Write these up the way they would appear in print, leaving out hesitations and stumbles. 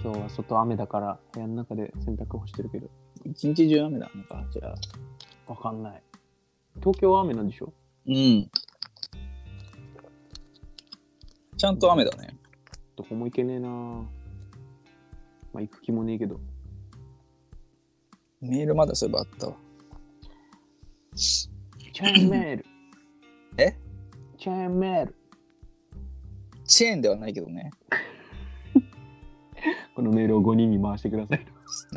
今日は外雨だから部屋の中で洗濯干してるけど。 一日中雨なのか、じゃあ。 わかんない。東京は雨なんでしょ？ うん。ちゃんと雨だね。 どこも行けねえな。まあ行く気もねえけど。 メールまだそういえばあったわ。 チェーンメール。 え？ チェーンメール。 チェーンではないけどね。 このメールを5人に回してください。 うん、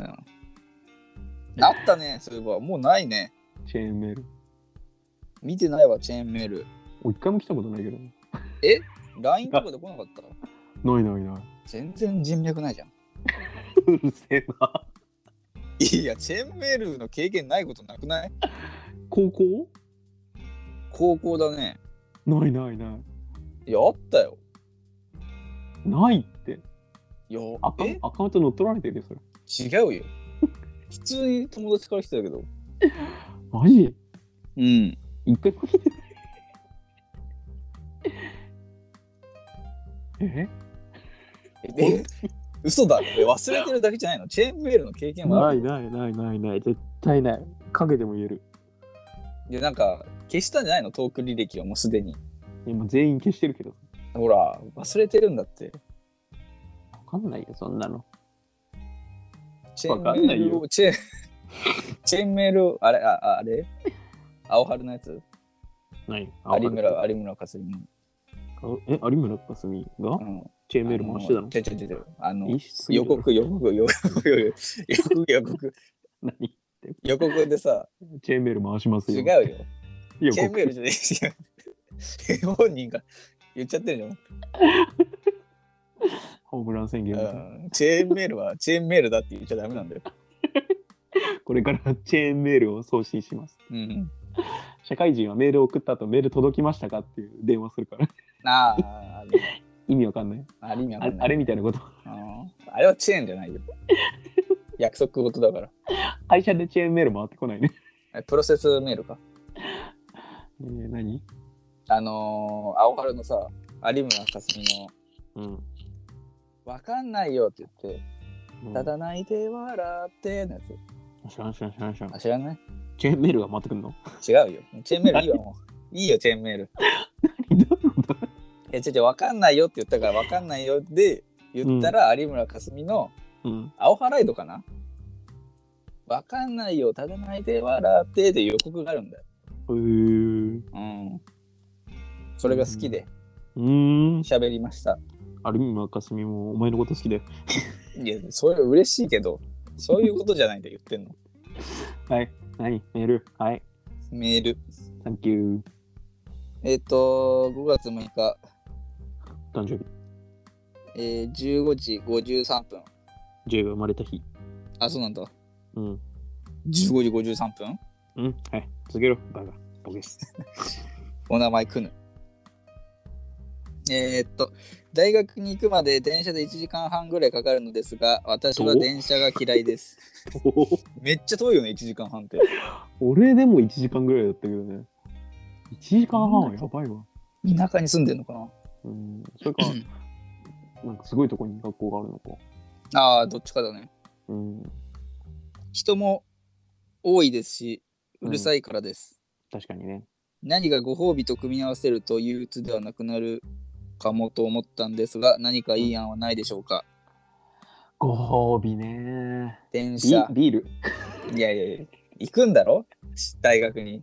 あったね、そういえば。もうないね。 チェーンメール。 見てないわ、チェーンメール。 一回も来たことないけど。 え？ LINE とかで来なかった？ ないないない。 全然人脈ないじゃん。 うるせえな。 いや、チェーンメールの経験ないことなくない？ 高校？ 高校だね。 ないないない。 いや、あったよ。 ないって。 いや、 アカウント乗っ取られてるよ、それ。 違うよ。普通に友達から来てたけど。 マジ？ うん。 一回も来てない。 え嘘だろ。忘れてるだけじゃないの？チェーンメールの経験はある？ ない。絶対ない。影でも言える。 いや、なんか、消したんじゃないの？トーク履歴はもうすでに。 今全員消してるけど。 ほら、忘れてるんだって。 わかんないよ、そんなの。 わかんないよ。チェーンメール、あれ青春のやつ？ 何？ 有村架純。 有村架純が、うん、チェーンメール回してたの？ 予告。 何言って予告でさ、 チェーンメール回しますよ。 違うよ。チェーンメールじゃない。本人が言っちゃってるじゃん。 ホームラン宣言。 チェーンメールはチェーンメールだって言っちゃダメなんだよ。 これからチェーンメールを送信します。 うん。 社会人はメールを送った後メール届きましたかっていう電話するから。意味わかんない。あれみたいなこと。 あれはチェーンじゃないよ。約束事だから。 会社でチェーンメール回ってこないね。 プロセスメールか。 何？ 青春のさ、有村架純の、わかんないよって言って、ただ泣いて笑ってのやつ。 知らん。 知らない？ チェーンメールが回ってくんの？ 違うよ。チェーンメールいいわ、もう。いいよ、チェーンメール。わかんないよって言ったから、わかんないよで言ったら、有村架純の青ハライドかな？わかんないよ、ただ泣いて笑ってって予告があるんだよ。それが好きで喋りました。 有村架純もお前のこと好きで。 いや、それ嬉しいけど、そういうことじゃないで言ってんの。 はい、何？メール。はい。 メール。 サンキュー。 5月6日。 誕生日。15時53分。 J が生まれた日。 あ、そうなんだ。 うん。 15時53分？ うん、はい。続けろ、バカ。ボケ。 お名前くぬ。大学に行くまで電車で1時間半ぐらいかかるのですが、私は電車が嫌いです。めっちゃ遠いよね、1時間半って。 俺でも1時間ぐらいだったけどね。1時間半はやばいわ。 田舎に住んでんのかな？ それか、なんかすごいとこに学校があるのか。 ああ、どっちかだね。人も多いですし、うるさいからです。 確かにね。 何がご褒美と組み合わせると憂鬱ではなくなるかもと思ったんですが、何かいい案はないでしょうか？ ご褒美ね。 電車。 ビール。 いや、行くんだろ？大学に。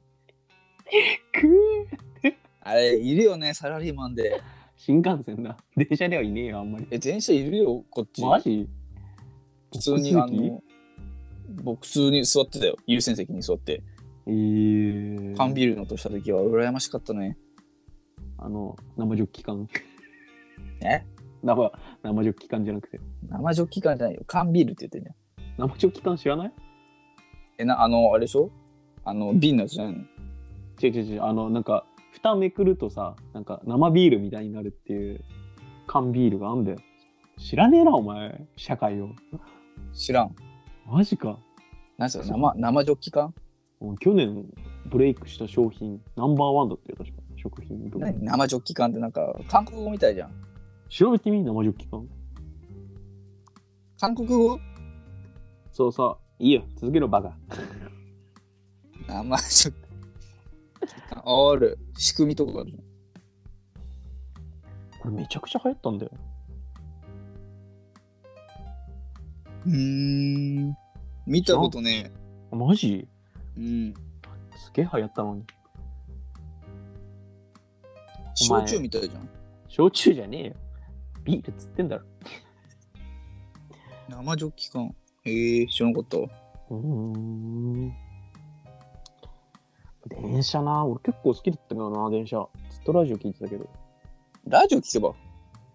あれ、いるよね、サラリーマンで。 新幹線だ。電車ではいねえよ、あんまり。 電車いるよ、こっち。 マジ？ 普通に僕普通に座ってたよ。優先席に座って。缶ビールの音した時は羨ましかったね。 生ジョッキ缶。 え？ 生ジョッキ缶じゃなくて。 生ジョッキ缶じゃないよ。缶ビールって言ってんじゃん。生ジョッキ缶知らない？ あれでしょ？瓶のやつじゃないの？ 違う。なんか、蓋めくるとさ、なんか生ビールみたいになるっていう缶ビールがあんだよ。知らねえな、お前。社会を。 知らん。 マジか。 何それ？生ジョッキ缶？ 去年ブレイクした商品ナンバーワンだってよ、確か。食品部門。 生ジョッキ缶ってなんか韓国語みたいじゃん。 調べてみ、生ジョッキ缶。 韓国語？ そうそう。いいよ。続けろ、バカ。 まあちょっと。ある。仕組みとかある。 これめちゃくちゃ流行ったんだよ。 見たことねえ。マジ？ うん。 すげえ流行ったのに。 焼酎みたいじゃん。 焼酎じゃねえよ。ビールっつってんだろ。 生ジョッキ缶。知らなかったわ。 電車な。俺結構好きだったけどな、電車。ずっとラジオ聞いてたけど。 ラジオ聞けば？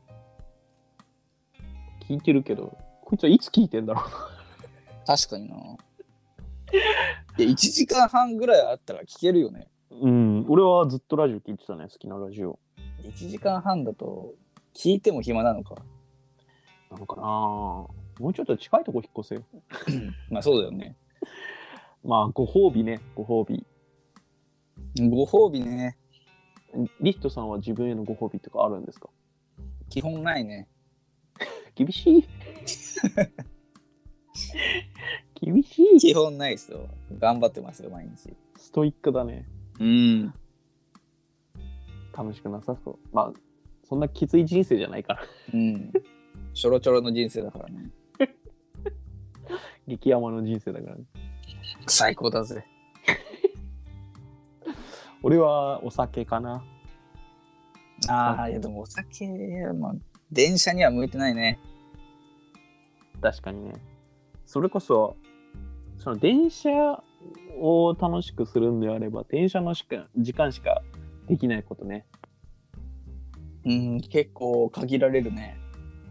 聞いてるけど、こいつはいつ聞いてんだろう。 確かにな。1時間半ぐらいあったら聞けるよね。 うん。俺はずっとラジオ聞いてたね、好きなラジオ。 1時間半だと聞いても暇なのか。 なのかな。もうちょっと近いとこ引っ越せよ。 まあそうだよね。 まあご褒美ね、ご褒美。 ご褒美ね。 リヒトさんは自分へのご褒美とかあるんですか？ 基本ないね。 厳しい。厳しい。 基本ないですよ。頑張ってますよ、毎日。 ストイックだね。 うん。 楽しくなさそう。まあ、そんなきつい人生じゃないから。 うん。ちょろちょろの人生だからね。 激山の人生だからね。 最高だぜ。 俺はお酒かな。 いやでもお酒、まあ、電車には向いてないね。 確かにね。それこそ、その電車を楽しくするんであれば、電車の時間しかできないことね。 結構限られるね。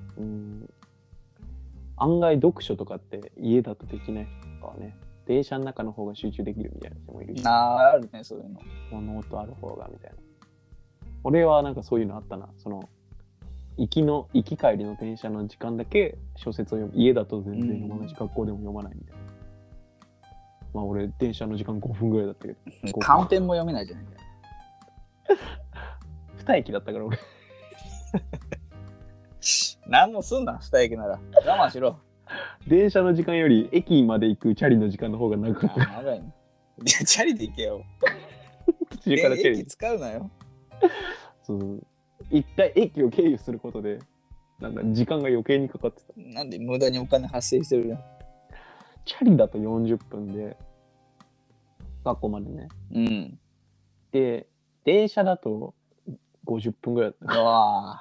案外読書とかって家だとできないとかね。電車の中の方が集中できるみたいな人もいる。 あるね、そういうの。 物音ある方がみたいな。俺はなんかそういうのあったな。その行き帰りの電車の時間だけ小説を読む。家だと全然読まないし、学校でも読まないみたいな。まあ俺電車の時間5分ぐらいだったけど。 短編も読めないじゃないかよ。 2駅だったから俺。 何もすんな、2駅なら。我慢しろ。 電車の時間より駅まで行くチャリの時間の方が長かった。 長いね。チャリで行けよ。 途中からチャリ。 駅使うなよ。 そう。一体駅を経由することで、なんか時間が余計にかかってた。 なんで無駄にお金発生してるやん。 チャリだと40分で、学校までね。 うん。 で、電車だと50分ぐらいだった。 うわ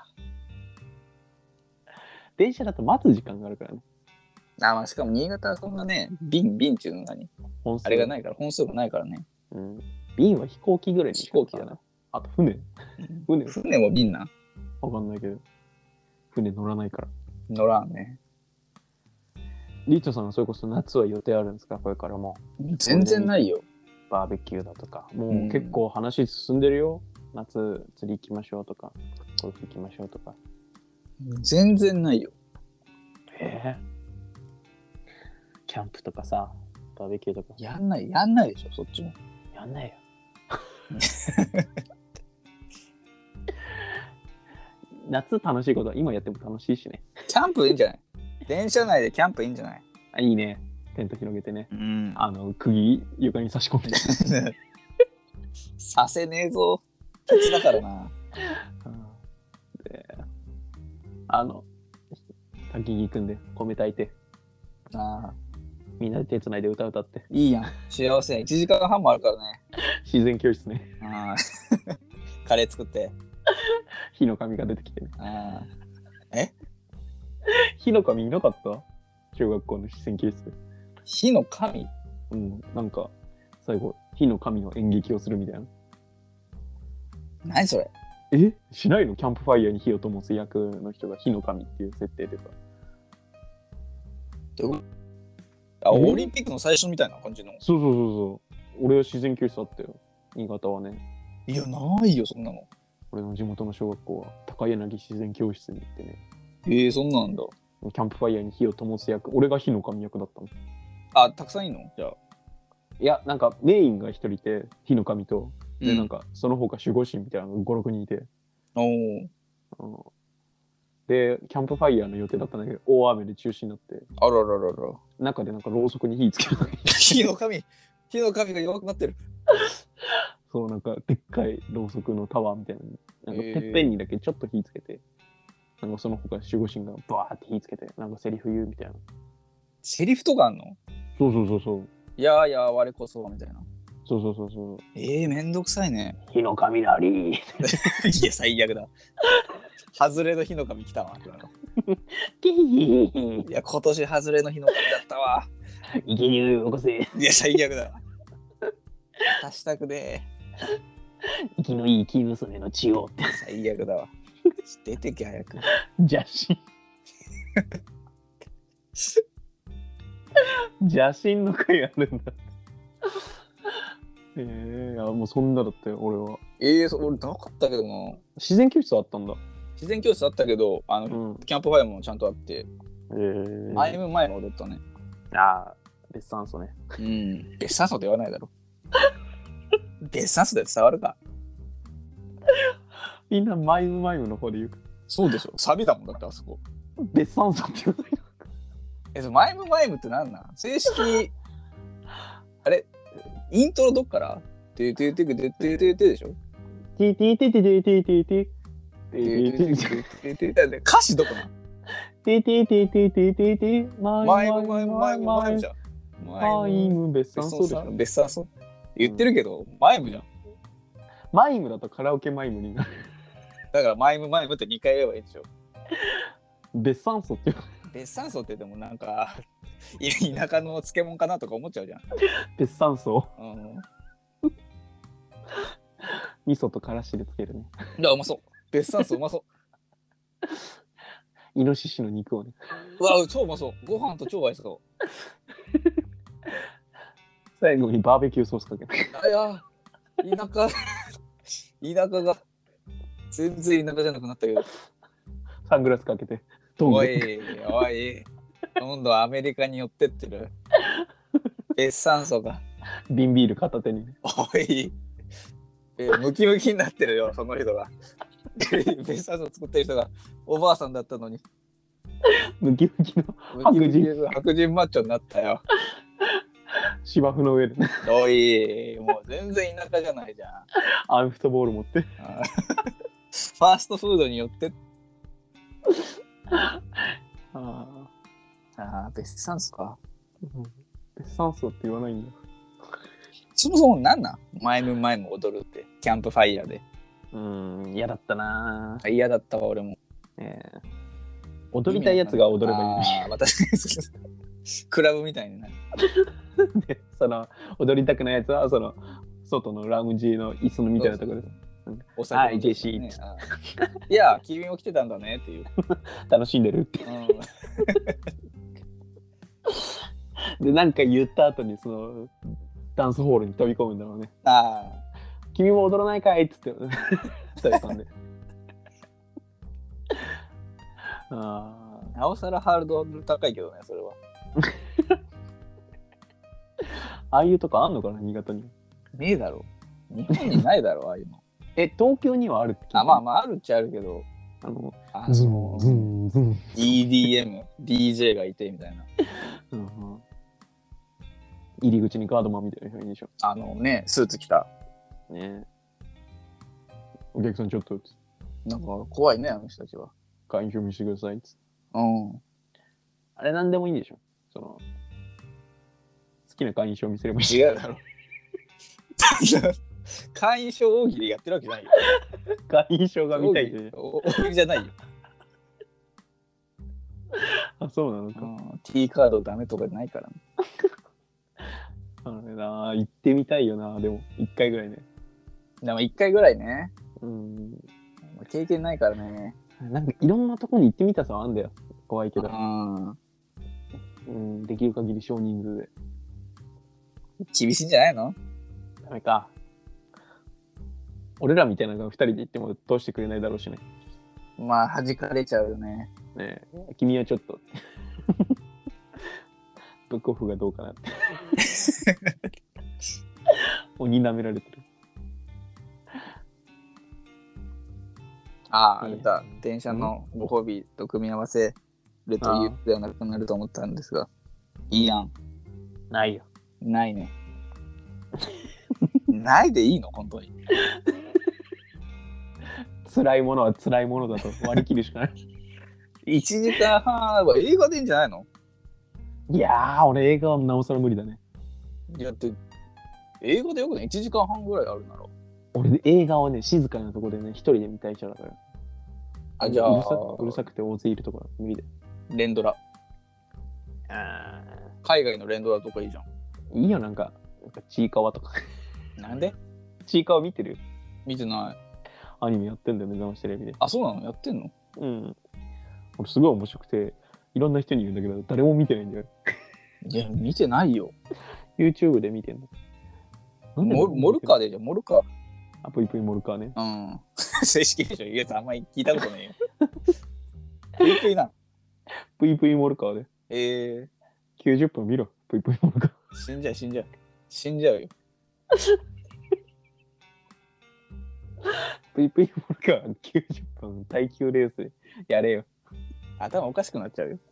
電車だと待つ時間があるからね。 まあしかも新潟はそんなね、便っていうのがね、あれがないから、本数がないからね。 便は飛行機ぐらいに飛行機だな。 あと船。 船も便な。 わかんないけど。船乗らないから。 乗らんね。 リートさんはそれこそ夏は予定あるんですか？これからも。 全然ないよ。 バーベキューだとか。もう結構話進んでるよ。夏釣り行きましょうとか、ゴルフ行きましょうとか。 全然ないよ。 キャンプとかさ、バーベキューとか。 やんないでしょ、そっちも。 やんないよ。夏楽しいことは今やっても楽しいしね。 キャンプいいんじゃない？電車内でキャンプいいんじゃない？ いいね。テント広げてね。釘床に差し込んで。 させねえぞ。ケツだからな。 で、焚き木行くんで米炊いて。みんなで手つないで歌って。 いいやん。幸せ。1時間半もあるからね。 自然教室ね。 カレー作って。 火の神が出てきてね。火の神いなかった？小学校の自然教室で。 火の神？ なんか最後火の神の演劇をするみたいな。 何それ？ しないの？キャンプファイヤーに火を灯す役の人が火の神っていう設定でさ。 オリンピックの最初みたいな感じの。 そう。俺は自然教室あったよ。新潟はね。 いや、ないよ、そんなの。 俺の地元の小学校は高柳自然教室に行ってね。 そんなんだ。 キャンプファイヤーに火を灯す役、俺が火の神役だったの。 たくさんいんの？じゃあ。 いや、なんかメインが一人いて、火の神と、で、なんかその他守護神みたいなのが5、6人いて。 で、キャンプファイヤーの予定だったんだけど、大雨で中止になって、 あらららら。 中でなんかろうそくに火つけるだけ。 火の神が弱くなってる。 そう、なんかでっかいろうそくのタワーみたいなのに、なんかてっぺんにだけちょっと火つけて、なんかその他守護神がバーって火つけて、なんかセリフ言うみたいな。 セリフとかあんの？ そうそうそうそう。 いやーいやー我こそみたいな。 そうそうそうそう。 めんどくさいね。 火の雷。 いや最悪だ。外れの火の神来たわ。いや今年外れの火の神だったわ。 生贄を起こせ。 いや最悪だ。足したくね生きのいい生娘の血をって。 最悪だわ。出てけ早く。 邪神。邪神の回あるんだ。いやもうそんなだったよ俺は。 俺なかったけどな。 自然教室あったんだ。 自然教室あったけど、キャンプファイアもちゃんとあって、前も踊ったね。 ああ、別酸素ね。 うん。別酸素って言わないだろ。別酸素で伝わるか。 みんなマイムの方で言うか。 そうでしょ。サビだもんだってあそこ。 別酸素って言わないの。 マイムってなんなん？正式あれイントロどっからててててててててでしょ。 てててててててて歌詞どこなん？ てててててててマイムじゃん。 マイム別酸素でしょ。 別酸素言ってるけどマイムじゃん。 マイムだとカラオケマイムになる。 だからマイムって2回言えばいいでしょ。 別酸素って別酸素ってでもなんか田舎の漬物かなとか思っちゃうじゃん。 別酸素。 うん。 味噌とからしでつけるね。 いやうまそう。別酸素うまそう。 イノシシの肉をね。 うわ超うまそう。ご飯と超合いそう。 最後にバーベキューソースかけて。 いや田舎が全然田舎じゃなくなったけど。 サングラスかけて。 おい今度はアメリカに寄ってってる。別酸素が。 瓶ビール片手にね。 おいムキムキになってるよその人が。別酸素作ってる人がおばあさんだったのに。 ムキムキの白人マッチョになったよ。 芝生の上でね。 おいもう全然田舎じゃないじゃん。 アメフトボール持って。 ファーストフードによって別酸素か。 別酸素って言わないんだ。 そもそもなんなんマイム踊るってキャンプファイヤーで。 嫌だったな。 嫌だったわ俺も。 踊りたいやつが踊ればいいのに。 私クラブみたいになる。 でその踊りたくないやつはその外のラウンジの椅子のみたいなところで。はい、ジェシー。 いや、君も来てたんだねっていう。 楽しんでるって。で、なんか言った後にそのダンスホールに飛び込むんだろうね。君も踊らないかいっつって2人さんで。 なおさらハードル高いけどね、それは。 ああいうとこあんのかな、新潟に。 ねえだろ。日本にないだろ、ああいうの。 東京にはあるって。 まああるっちゃあるけど、 ズン EDM、DJ がいてみたいな。 入り口にガードマンみたいな人いるでしょ。 スーツ着た。 ね。お客さんちょっとなんか怖いね、あの人たちは。 会員証見せてくださいっつって。 あれなんでもいいでしょ。その好きな会員証見せればいい。 違うだろ。会員証大喜利やってるわけないよ。 会員証が見たいって。 大喜利じゃないよ。 あ、そうなのか。 T カードダメとかないから、ね。 行ってみたいよな。でも1回ぐらいね。 でも1回ぐらいね。経験ないからね。 なんかいろんなとこに行ってみたさあんだよ。怖いけど。できる限り少人数で。 厳しいんじゃないの？ ダメか。俺らみたいなのが2人で行っても通してくれないだろうしね。 まあ弾かれちゃうよね。 ねえ、君はちょっとブックオフがどうかなって鬼舐められてる。 あれだ、電車のご褒美と組み合わせるというではなくなると思ったんですが、いいやん。 ないよ。 ないね。ないでいいの本当に。 辛いものは辛いものだと割り切るしかない。 1時間半は映画でいいんじゃないの？ いやー、俺映画はなおさら無理だね。 いやって映画でよくね、1時間半ぐらいあるなら。 俺映画はね、静かなところでね、一人で見たい人だから。 あ、じゃあうるさくて大勢いるところは無理で。 連ドラ。海外の連ドラとかいいじゃん。 いいよ、なんかちいかわとか。 なんで？ ちいかわ見てる？ 見てない。 アニメやってんだよ、目覚ましテレビで。 あ、そうなの？やってんの？ うん。俺すごい面白くて、いろんな人に言うんだけど、誰も見てないんだよ。 いや、見てないよ。 YouTube で見てんの。 モルカーでじゃん、モルカー。 あ、ぷいぷいモルカーね。 うん。正式でしょ、言うやつあんまり聞いたことないよ。ぷいぷいな。 ぷいぷいモルカーで。90分見ろ、ぷいぷいモルカー。 死んじゃうよ。 ぷいぷいモルカー90分耐久レースやれよ。 頭おかしくなっちゃうよ。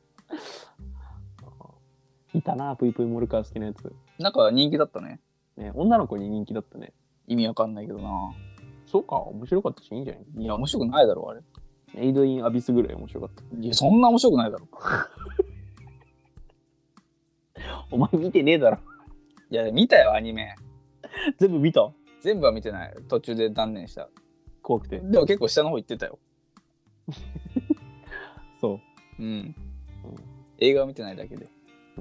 いたな、ぷいぷいモルカー好きなやつ。 なんか人気だったね。 ね、女の子に人気だったね。 意味わかんないけどな。 そうか、面白かったしいいんじゃない？ いや、面白くないだろ、あれ。 エイドインアビスぐらい面白かった。 いや、そんな面白くないだろ。 お前見てねえだろ。 いや、見たよ、アニメ。 全部見た？ 全部は見てない。途中で断念した。 怖くて。 でも結構下の方行ってたよ。 そう。 うん。映画を見てないだけで。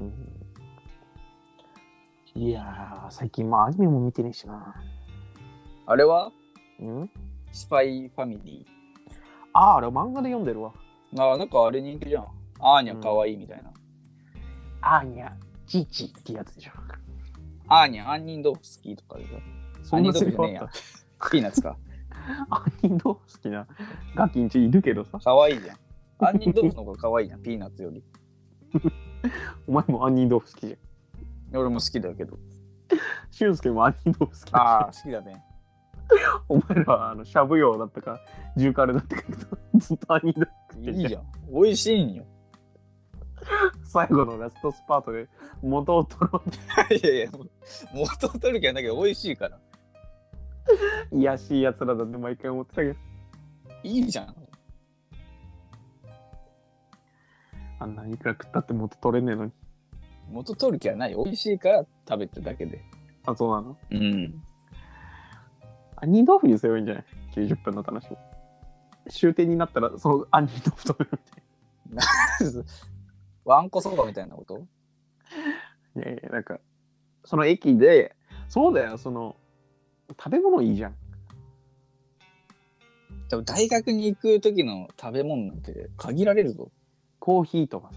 いやー、最近アニメも見てねえしな。 あれはん？ スパイファミリー。 あれ漫画で読んでるわ。 なんかあれ人気じゃん。アーニャかわいいみたいな。 アーニャ、チーチってやつでしょ。 アーニャ、杏仁豆腐好きとかでしょ。 そんなセリフあった？ ピーナッツか。 杏仁豆腐好きなガキンチいるけどさ。 かわいいじゃん。杏仁豆腐の方がかわいいじゃん、ピーナッツより。 お前も杏仁豆腐好きじゃん。 俺も好きだけど。 俊介も杏仁豆腐好きだし。 ああ、好きだね。 お前らはしゃぶ用だったか、重カルだったかずっと杏仁豆腐食ってる。 いいじゃん。美味しいんよ。 最後のラストスパートで元を取ろう。 いやいや、元を取る気はないけど美味しいから。 いやしいやつらだって毎回思ってたけど。 いいじゃん。 あんないくら食ったって元取れねえのに。 元取る気はない。美味しいから食べてるだけで。 あ、そうなの？ うん。 杏仁豆腐にすればいいんじゃない？ 90 分の楽しみ。終点になったらその杏仁豆腐食べるみたいな。 わんこそばみたいなこと？ いやいや、なんかその駅で、そうだよ、その食べ物いいじゃん。 でも大学に行く時の食べ物なんて限られるぞ。 コーヒーとかさ、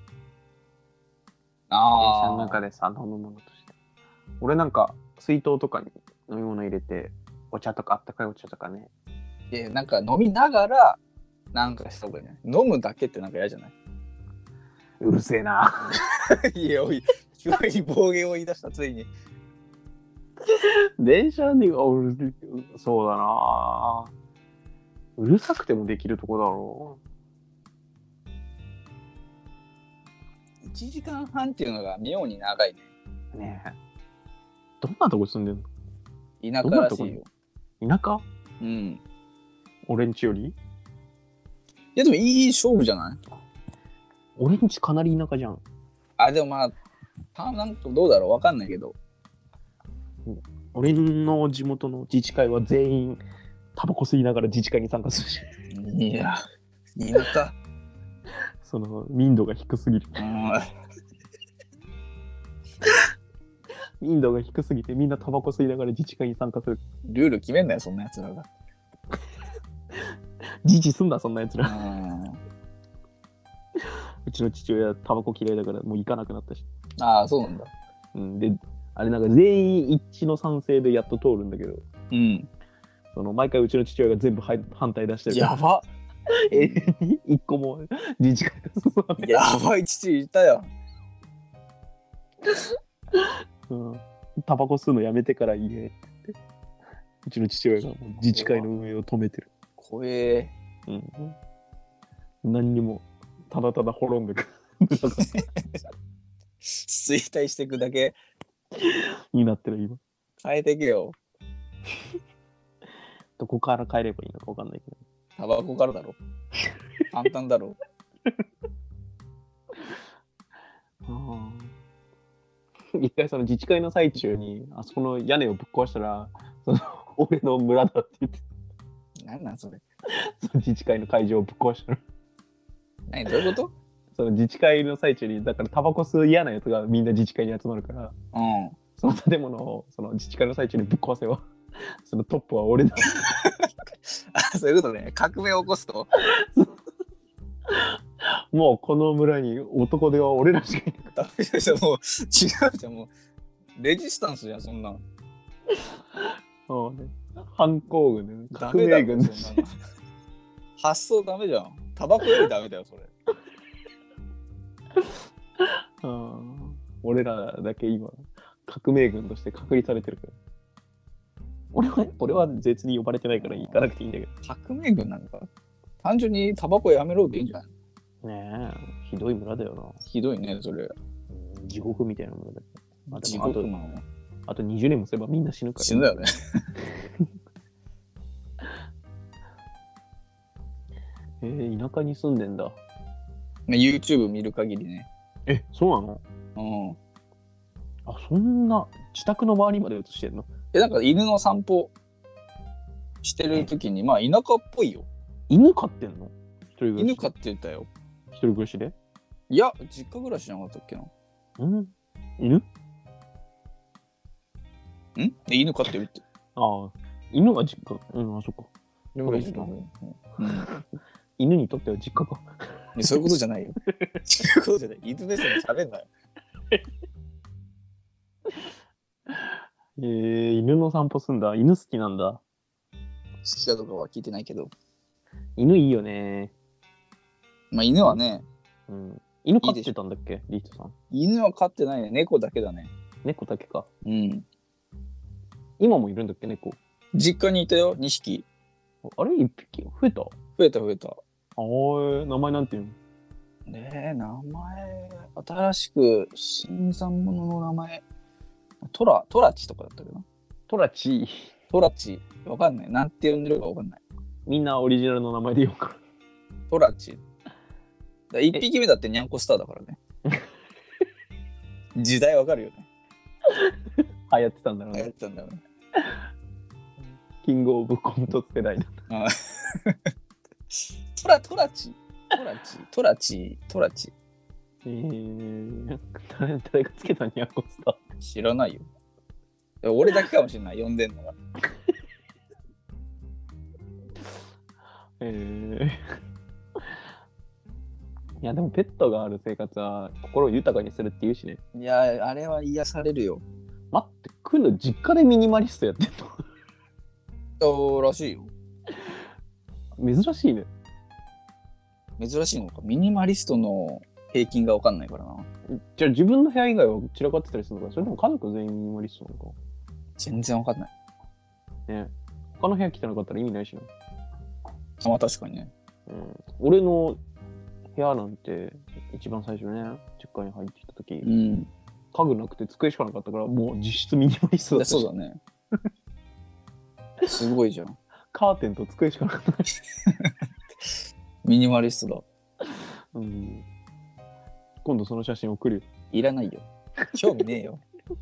電車の中でさ飲むものとして。俺なんか水筒とかに飲み物入れて、お茶とかあったかいお茶とかね。 なんか飲みながらなんかした方がいいね。飲むだけってなんか嫌じゃない？ うるせえな。 いや、おい、急に暴言を言い出した、ついに。 電車にそうだな。うるさくてもできるとこだろう。1時間半っていうのが妙に長いね。 ねえ。どんなとこ住んでんの？ 田舎らしいよ。 田舎？ うん。 俺んちより？いやでもいい勝負じゃない？ 俺んちかなり田舎じゃん。 あ、でもまあ、なんかどうだろう、わかんないけど。 俺の地元の自治会は全員タバコ吸いながら自治会に参加するし。 いや、田舎。 その民度が低すぎる。民度が低すぎてみんなタバコ吸いながら自治会に参加する。 ルール決めんなよ、そんなやつらが。 自治すんだ、そんなやつら。うちの父親タバコ嫌いだからもう行かなくなったし。 ああ、そうなんだ。 うん、で、あれなんか全員一致の賛成でやっと通るんだけど、 うん。 その毎回うちの父親が全部反対出してる。 やば。 一個も自治会が進まない。 やばい父いたよ。 うん。タバコ吸うのやめてから言えって言って、うちの父親がもう自治会の運営を止めてる。 怖え。 うん。何にも、ただただ滅んでく衰退していくだけになってる今。 変えていけよ。 どこから変えればいいのか分かんないけど。 タバコからだろ。簡単だろ。 一回その自治会の最中にあそこの屋根をぶっ壊したらその俺の村だって言って。 なんなんそれ。 その自治会の会場をぶっ壊したら。 何どういうこと？ その自治会の最中にだからタバコ吸う嫌なやつがみんな自治会に集まるから、 うん、 その建物をその自治会の最中にぶっ壊せばそのトップは俺だ。 あ、そういうことね。革命を起こすと。 もうこの村に男手は俺らしかいなかった。 もう違うじゃん。もうレジスタンスじゃんそんな。 そうね。反抗軍で革命軍だし。 発想ダメじゃん。タバコよりダメだよそれ。 俺らだけ今革命軍として隔離されてるから。俺は絶に呼ばれてないから行かなくていいんだけど。 革命軍なんか単純にタバコやめろでいいんじゃない？ ねえ、ひどい村だよな。 ひどいねそれ。 地獄みたいな村だよ。 地獄なの。 あと20年もすればみんな死ぬから。 死ぬよね。 田舎に住んでんだ。 YouTube 見る限りね。 そうなの？ うん。 あ、そんな自宅の周りまで映してんの？ なんか犬の散歩してる時に、まあ田舎っぽいよ。 犬飼ってんの？一人暮らし。 犬飼ってたよ。 一人暮らしで？ いや、実家暮らしじゃなかったっけな。 犬？ 犬飼ってるって。 ああ、犬は実家。あ、そっか。犬にとっては実家か。 そういうことじゃないよ。そういうことじゃない。犬目線で喋んなよ。 犬の散歩すんだ。犬好きなんだ。 好きかどうかは聞いてないけど。 犬いいよね。 まあ犬はね。 犬飼ってたんだっけ、リートさん。 犬は飼ってないね。猫だけだね。 猫だけか。 今もいるんだっけ、猫。 実家にいたよ、2匹。 あれ ?1 匹増えた？ 増えた。 名前なんていうの？名前、新しく新参者の名前。トラチとかだったけどな。トラチ。わかんない。なんて呼んでるかわかんない。 みんなオリジナルの名前で言おうか。 トラチ。1匹目だってニャンコスターだからね。時代わかるよね。 流行ってたんだろうね。キングオブコント世代だった。 トラチ。 誰がつけたニャンコスター？ 知らないよ。俺だけかもしれない、呼んでんのが。 いやでもペットがある生活は心を豊かにするって言うしね。 いやあれは癒されるよ。 待って、くんの実家でミニマリストやってんの？ そうらしいよ。 珍しいね。 珍しいのか。ミニマリストの平均が分かんないからな。 じゃあ自分の部屋以外は散らかってたりするのか？それとも家族全員ミニマリストなのか？ 全然分かんない。 ね、他の部屋汚かったら意味ないしな。 まあ確かにね。 俺の部屋なんて一番最初ね、実家に入ってきた時、家具なくて机しかなかったから、もう実質ミニマリストだったし。 そうだね。すごいじゃん。 カーテンと机しかなかった。 ミニマリストだ。 今度その写真送るよ。 いらないよ。興味ねえよ。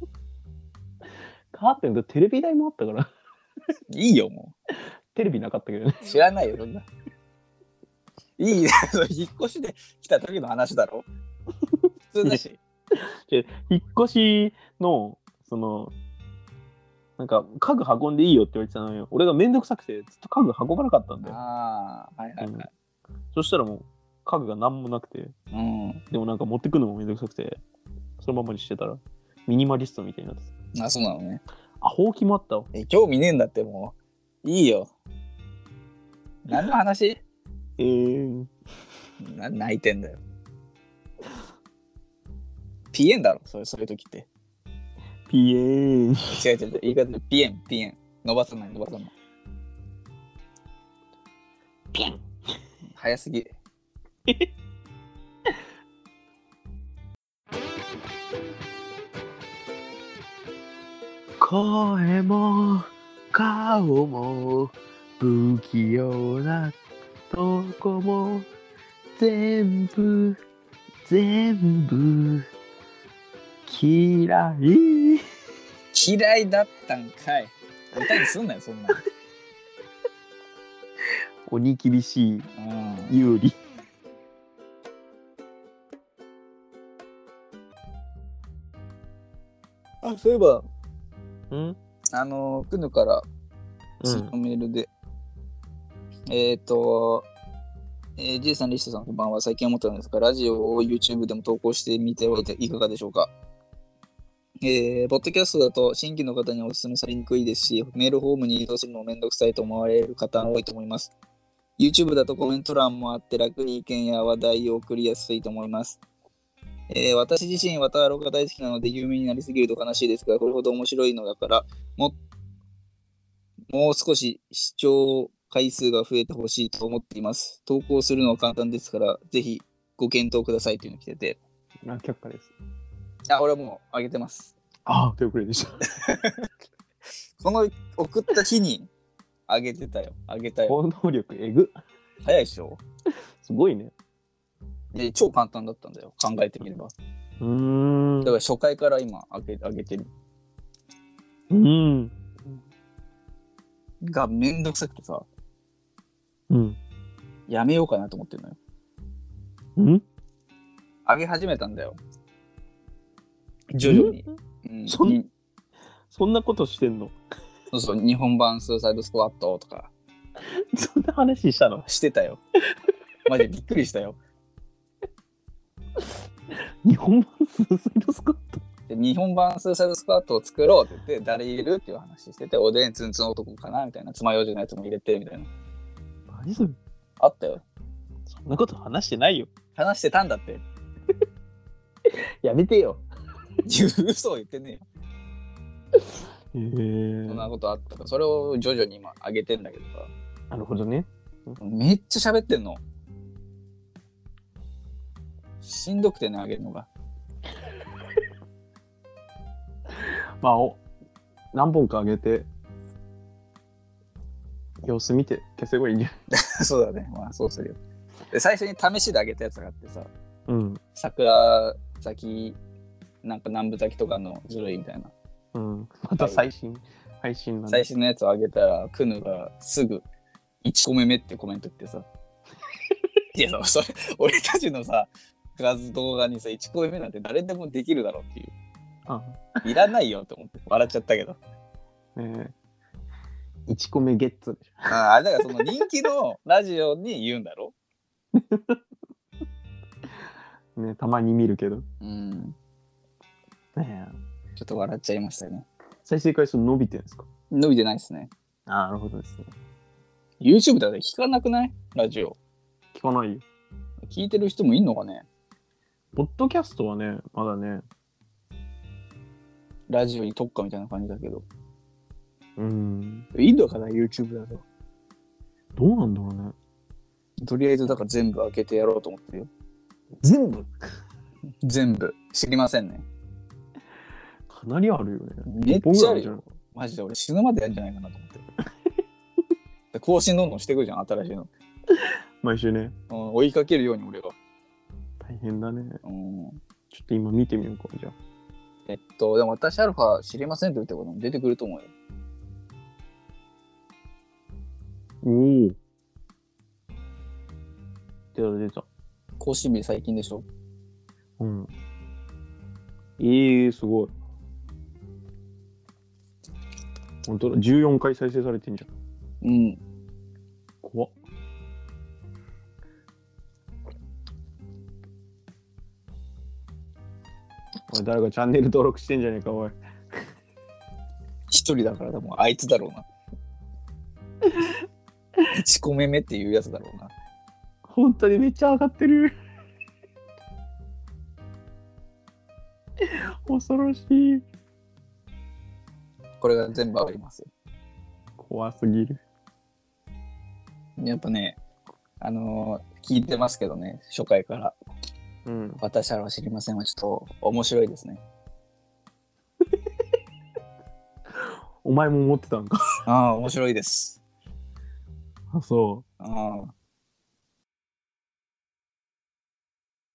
カーテンとテレビ台もあったから。 いいよ、もう。 テレビなかったけどね。 知らないよ、そんな。いいね。引っ越しで来た時の話だろ。普通だし。 引っ越しの、なんか家具運んでいいよって言われてたのよ。俺がめんどくさくてずっと家具運ばなかったんだよ。そしたらもう家具が何もなくて、でもなんか持ってくるのもめんどくさくて、そのままにしてたらミニマリストみたいになってた。あ、そうなのね。 ほうきもあったわ。 興味ねえんだって。もういいよ。何の話？泣いてんだよ。ピエンだろ、そういう時って。 ピエン。 違う、言い方でピエン。伸ばさない。 ピエン。 早すぎ。 声も顔も不器用なとこも全部嫌い。 嫌いだったんかい。歌にすんなよ、そんな。 鬼厳しいうん。 有利。 あ、そういえば、 うんくぬからうん次のメールで、J さん、リストさん、こんばんは。最近思ったんですが、ラジオを YouTube でも投稿してみておいていかがでしょうか。ポッドキャストだと新規の方にお勧めされにくいですし、メールフォームに移動するのもめんどくさいと思われる方多いと思います。YouTube だとコメント欄もあって楽に意見や話題を送りやすいと思います。私自身、渡ろが大好きなので有名になりすぎると悲しいですが、これほど面白いのだから、もう少し視聴回数が増えてほしいと思っています。投稿するのは簡単ですから、ぜひご検討くださいというのが来てて。 あ、却下です。 俺はもう上げてます。 ああ、手遅れでした。 この送った日に上げてたよ。上げたよ。 行動力えぐ。 早いでしょ。 すごいね。 で、超簡単だったんだよ。考えてみれば。 うーん。 だから初回から今上げてる。 うん。 がめんどくさくてさ、 うん。 やめようかなと思ってるのよ。 うん上げ始めたんだよ。徐々に。 そんなことしてんの？ そうそう、日本版スーサイドスクワットとかそんな話したの？ してたよ。マジびっくりしたよ。 日本版スーサイドスクワット？ で日本版スーサイドスクワットを作ろうって言って、誰いるっていう話してて、おでんツンツン男かなみたいな、爪楊枝のやつも入れてみたいな。 何それ？ あったよ。 そんなこと話してないよ。 話してたんだって。 やめてよ。 嘘を言ってねえよ。そんななことあったから、それを徐々に今上げてんだけどさ。 るほどね。 めっちゃ喋ってんの。しんどくてね、上げるのが。 まあ、何本か上げて、様子見て消せばいいんじゃない？ そうだね。まあ、そうするよ。で、最初に試しで上げたやつがあってさ、 うん。 桜咲き、なんか南部咲きとかのずるいみたいな。 うん。また最新配信なんで。 最新のやつを上げたら、クヌがすぐ1個目ってコメントってさ、いや、それ、俺たちのさ、動画にさ、1個目なんて誰でもできるだろうっていう。 あいらないよって思って笑っちゃったけど。 1個目ゲッツでしょ。 あれだからその人気のラジオに言うんだろね、たまに見るけど。 うん。 ね、 ちょっと笑っちゃいましたね。 再生回数伸びてるんですか？ 伸びてないですね。 ああ、なるほどですね。 YouTube だって聞かなくない？ラジオ。 聞かないよ。 聞いてる人もいんのかね？ ポッドキャストはね、まだね。 ラジオに特化みたいな感じだけど。 いいんのかな YouTube だと。 どうなんだろうね。 とりあえずだから全部開けてやろうと思ってるよ。 全部全部。知りませんね。 かなりあるよね。 めっちゃあるよ。マジで俺死ぬまでやるんじゃないかなと思って。で更新どんどんしてくるじゃん、新しいの。 毎週ね。 追いかけるように俺が。 大変だね。 うん。 ちょっと今見てみようか、じゃあ。 でも私アルファ知りませんって言ってことも出てくると思うよ。 おお。出た。 更新日最近でしょ。 うん。すごい。本当だ、14回再生されてんじゃん。 うん。 怖っ。おい、誰かチャンネル登録してんじゃねえか、おい。 一人だから多分あいつだろうな。1個目っていうやつだろうな。 本当にめっちゃ上がってる。恐ろしい。 これが全部ありますよ。 怖すぎる。 やっぱね、 聞いてますけどね、初回から。 うん。 私は知りませんはちょっと面白いですね。 お前も思ってたんか。 ああ、面白いです。 あ、そああ。